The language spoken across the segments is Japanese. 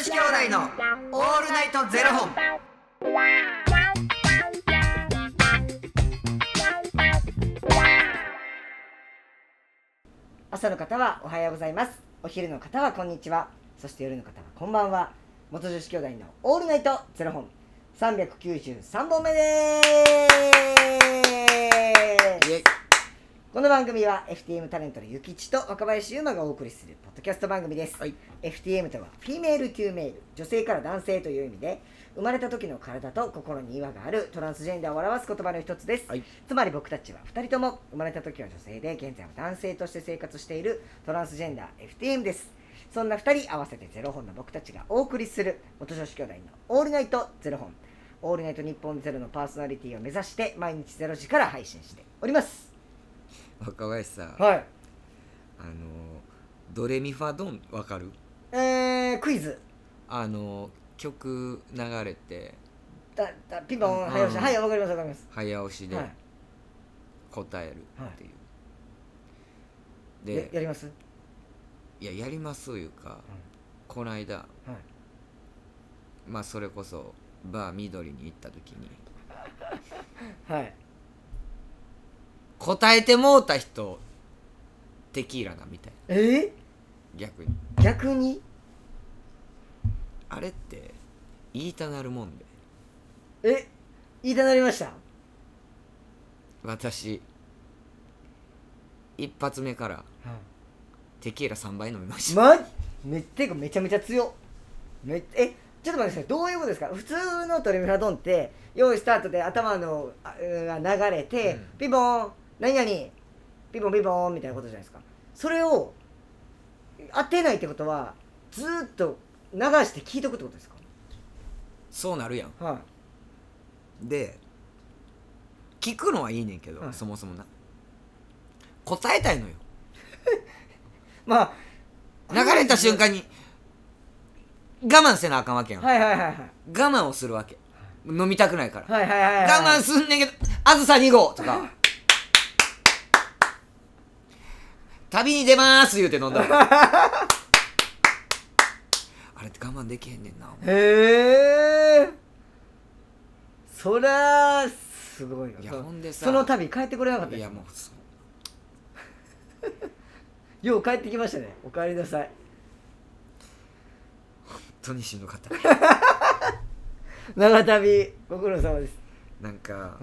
子兄弟のオールナイトゼロ本。 朝の方はおはようございます。お昼の方はこんにちは。そして夜の方はこんばんは。元女子兄弟のオールナイトゼロ本393本目でーす。この番組は FTM タレントのゆきちと若林優馬がお送りするポッドキャスト番組です、FTM とはフィメールトゥーメール、女性から男性という意味で、生まれた時の体と心に違和があるトランスジェンダーを表す言葉の一つです、つまり僕たちは2人とも生まれた時は女性で現在は男性として生活しているトランスジェンダー FTM です。そんな2人合わせてゼロ本の僕たちがお送りする元女子兄弟のオールナイトゼロ本、オールナイト日本ゼロのパーソナリティを目指して毎日0時から配信しております。 若林さ、 はい、 ドレミファドンわかる？ クイズ曲流れてピンポン早押し、はい、わかりますわかります。 早押しで答えるっていう、でやります？ いや、やりますいうか、この間、まあそれこそバー緑に行った時に答えてもうた人テキーラなみたいな。逆にあれって言いたなるもんで。 言いたなりました。 私一発目からテキーラ3杯飲みました。 めちゃめちゃ強っ。ちょっと待ってください。どういうことですか？普通のトレミファドンって用意スタートで頭のが流れて、ピンポン何々ピンポンピンポンみたいなことじゃないですか。それを当てないってことはずっと流して聞いとくってことですか？ そうなるやん、で聞くのはいいねんけど、そもそもな答えたいのよまあ流れた瞬間に我慢せなあかんわけやん。 我慢をするわけ、飲みたくないから、 我慢すんねんけど、あずさ2号とか旅に出まーす言うて飲んだらあれって我慢できへんねんな。 そりゃすごいよ。 いや、ほんでさ、 その旅帰ってこれなかったです。 いやもうよう帰ってきましたね。お帰りなさい。 本当にしんどかった長旅ご苦労様です。 なんか、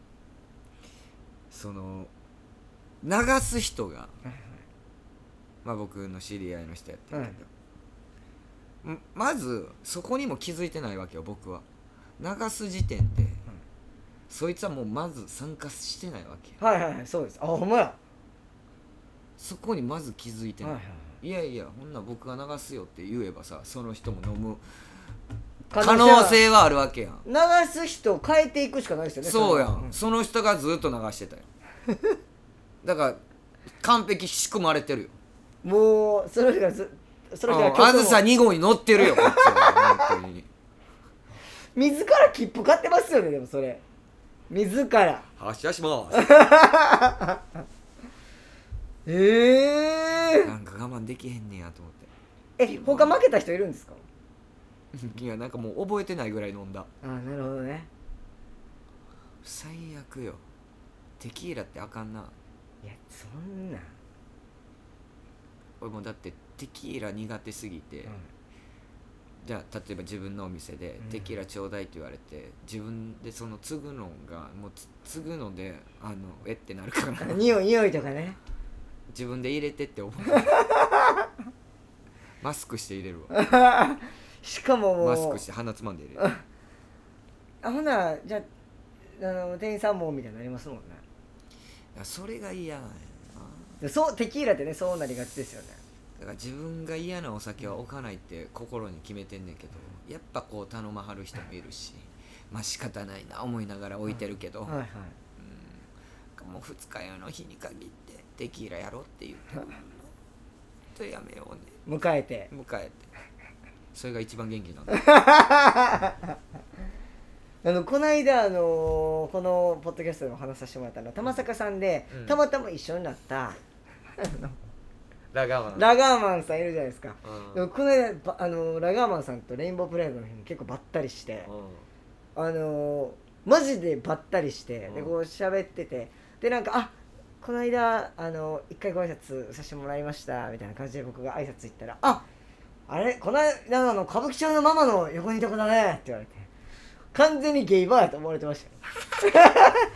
その流す人が、まあ僕の知り合いの人やったけど、まずそこにも気づいてないわけよ。僕は流す時点で、そいつはもうまず参加してないわけ。 そうです。ほんまや。 そこにまず気づいてない、いやいや、ほんな僕が流すよって言えばさ、その人も飲む可能性はあるわけやん。 流す人を変えていくしかないですよね。 そうやん、その人がずっと流してたよだから完璧仕組まれてるよ。 もうその人があずさ2号に乗ってるよこっちは本当に自ら切符買ってますよね。でもそれ自ら発車しますなんか我慢できへんねやと思って。 他負けた人いるんですか？ いや、なんかもう覚えてないぐらい飲んだ。 なるほどね。 最悪よ。テキーラってあかんな。 いや、そんな俺もだってテキーラ苦手すぎて、じゃあ例えば自分のお店でテキーラちょうだいって言われて、自分でその継ぐのがもう継ぐのでってなるから匂いとかね、 自分で入れてって思うマスクして入れるわしかももうマスクして鼻つまんで入れるほなじゃあ店員さんもみたいになりますもんね。 いや、それが嫌なんやな。そう、テキーラってね、そうなりがちですよね。 だから自分が嫌なお酒は置かないって心に決めてんねんけど、やっぱこう頼まはる人もいるし、まあ仕方ないな思いながら置いてるけど、もう二日酔いの日に限ってテキーラやろうって言ってとやめようね。 迎えてそれが一番元気なんだこの間このポッドキャストでも話させてもらった玉坂さんで、たまたま一緒になったラガーマンラガーマンさんいるじゃないですか、 うんでもこの間ラガーマンさんとレインボープライドの日に結構ばったりしてマジでばったりして、でこう喋ってて、でなんかこの間一回ご挨拶させてもらいましたみたいな感じで僕が挨拶行ったら、あれこの間歌舞伎町のママの横にいた子だねって言われて、完全にゲイバーやと思われてましたよ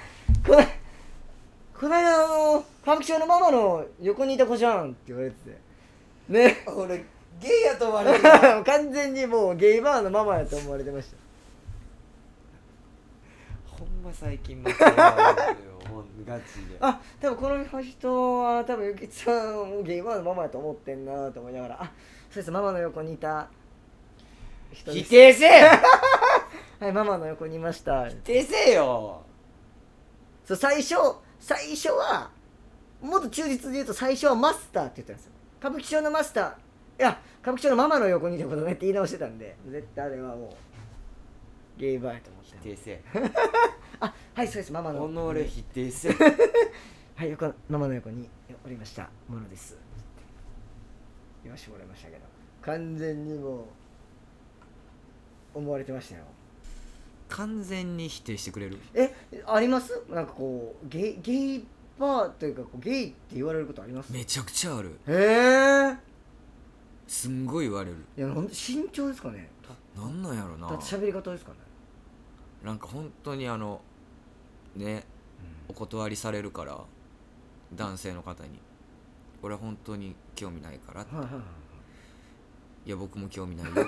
この間歌舞伎町のママの横にいた子じゃんって言われててね、 俺ゲイやと思われてた完全にもうゲイバーのママやと思われてました。 ほんま最近負けられるよガチで。 多分この人は多分ゆきちゃんをゲイバーのママやと思ってんなと思いながら、そうです、ママの横にいた人です。 否定せえはい、ママの横にいました。 否定せえよ。 そう最初はもっと忠実で言うと、最初はマスターって言ってたんですよ。歌舞伎町のマスター、いや歌舞伎町のママの横にいたことねって言い直してたんで、絶対あれはもうゲイバーやと思って否定せえ。 はいそうです、ママの己否定せえはいママの横におりましたものですって言わしてもらいましたけど、完全にもう思われてましたよ。 完全に否定してくれる。 あります？なんかこうゲイバーというかゲイって言われることあります？ めちゃくちゃある。 へえ。 すんごい言われる。 いやなんで身長ですかね。 なんなんやろな。 だって喋り方ですかね。 なんか本当にお断りされるから男性の方に、俺本当に興味ないからって、いや僕も興味ないよ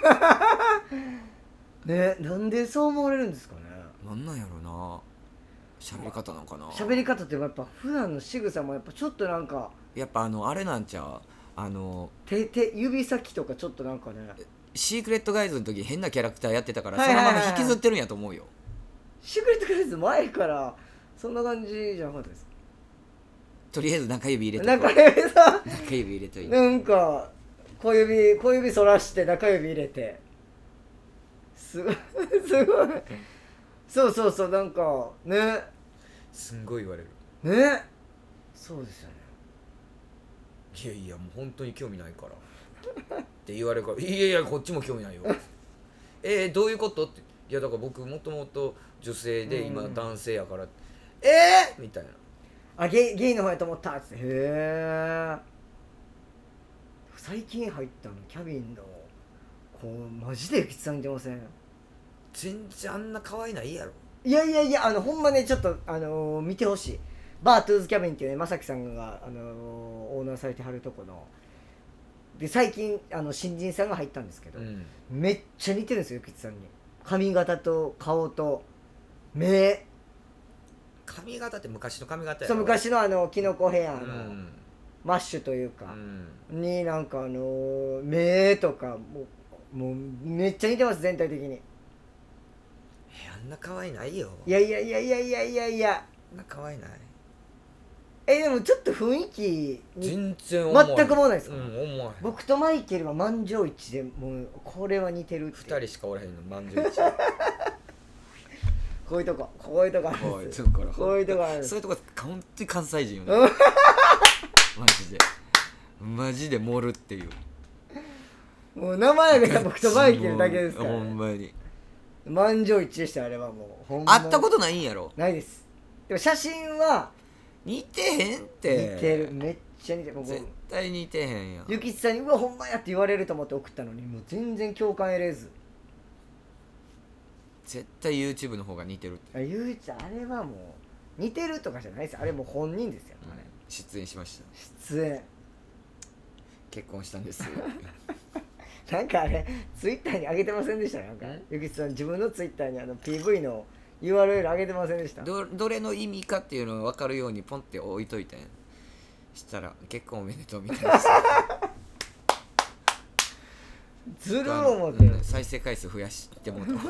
ね、なんでそう思われるんですかね。 なんなんやろな。喋り方なんかな。 喋り方ってやっぱ普段の仕草もやっぱちょっとなんかやっぱあれなんちゃう、 指先とかちょっとなんかね、 シークレットガイズの時変なキャラクターやってたから、 はいはいはいはい、 そのまま引きずってるんやと思うよ。 シークレットガイズ前からそんな感じじゃなかったです。 とりあえず中指入れと中指さ中指入れといい。 なんか小指反らして中指入れてすごいそうなんかね、 すんごい言われるね、そうですよね。 いやもう本当に興味ないからって言われるから、いやこっちも興味ないよどういうことって、いやだから僕もともと女性で今男性やから、みたいな、 ゲイの方やと思ったっつって、へえ。最近入ったのキャビンのこうマジでゆきつさん似てません？ 全然あんな可愛いないやろ。 いやほんまね、ちょっと見てほしい。バートゥーズキャビンっていうね、まさきさんがオーナーされてはるとこので、最近新人さんが入ったんですけど、めっちゃ似てるんですよゆきつさんに。髪型と顔と目。 髪型って昔の髪型やろ。 そう、昔のキノコヘアの、マッシュというか、になんか目とかもうめっちゃ似てます、全体的に。 あんな可愛いないよ。 いやあんな可愛いない。 でもちょっと雰囲気全然思わない。 全く思わないですか？ 思わない。 僕とマイケルは満場一致で、もうこれは似てるって。 2人しかおらへんの満場一致こういうとこあるんですよ。こういうとこあるんです。 そういうとこ本当に関西人よねマジで盛るっていう、 もう名前が僕とマイケルだけですから、 ほんまに満場一致でした。あれはもうほんま会ったことないんやろ。 ないです。でも写真は似てへんって。 似てる、めっちゃ似てる。 絶対似てへんやん。 ゆきつさんにうわほんまやって言われると思って送ったのに、もう全然共感得れず。 絶対 YouTube の方が似てるって。 ゆうちゃんあれはもう似てるとかじゃないです。あれもう本人ですよ、あれ。 出演しました。 出演。 結婚したんですなんかあれツイッターに上げてませんでした？なんかゆきつさん自分のツイッターにPV の URL 上げてませんでした？ どれの意味かっていうのが分かるようにポンって置いといて、したら結婚おめでとうみたいなずる思って、 再生回数増やしてもらった似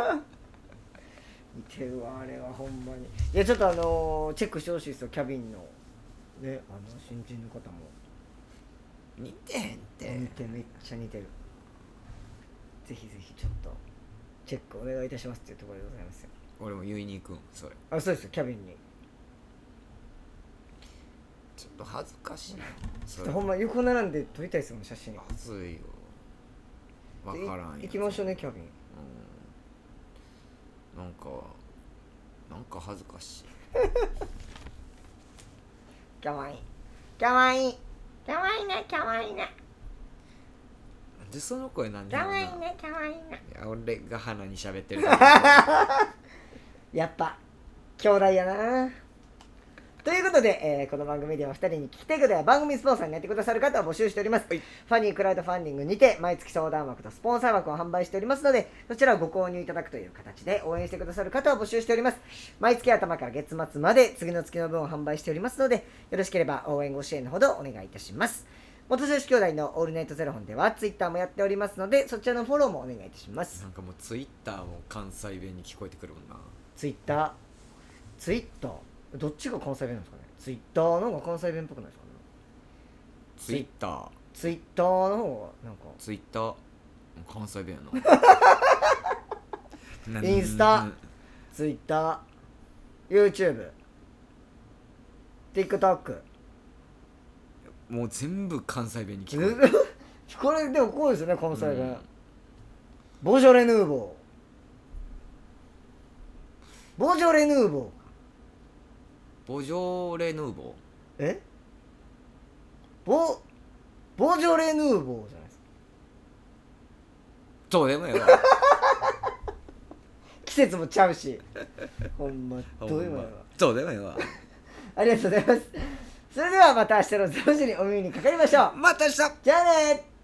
てるわあれはほんまに。いやちょっとチェックしてほしいですよ、キャビンのね、新人の方も似てへんって。 似て、めっちゃ似てる。ぜひぜひちょっとチェックお願いいたしますっていうところでございますよ。 俺も言いに行くんそれ。 そうですよ、キャビンに。 ちょっと恥ずかしいちょっとほんま横並んで撮りたいですもん写真。 恥ずいよわからんよ行きましょうねキャビン。 なんか恥ずかしいかわいいかわいいかわいいねかわいいねでその声なんでかわいいねかわいいね。 いや俺が鼻に喋ってるやっぱ兄弟やな。ということで、この番組では2人に聞きたいことや番組スポンサーになってくださる方を募集しております、はい、ファニークラウドファンディングにて毎月相談枠とスポンサー枠を販売しておりますので、そちらをご購入いただくという形で応援してくださる方を募集しております。毎月頭から月末まで次の月の分を販売しておりますので、よろしければ応援ご支援のほどお願いいたします。元女子兄弟のオールナイトゼロ本ではツイッターもやっておりますので、そちらのフォローもお願いいたします。 なんかもうツイッターも関西弁に聞こえてくるもんな。 ツイッターどっちが関西弁なんですかね。ツイッターの方が関西弁っぽくないですかね。 ツイッターの方がなんかツイッター関西弁やなインスタ、ツイッター、YouTube、TikTok、 もう全部関西弁に聞こえるこれでもこうですよね関西弁、ボジョレ・ヌーボーボジョレ・ヌーボーボジョレ・ヌーボーじゃないですか。 どうでもええわ季節もちゃうしほんまどうでもええわどうでもええわありがとうございます。それではまた明日の0時にお耳にかかりましょう。 また明日。 じゃあね。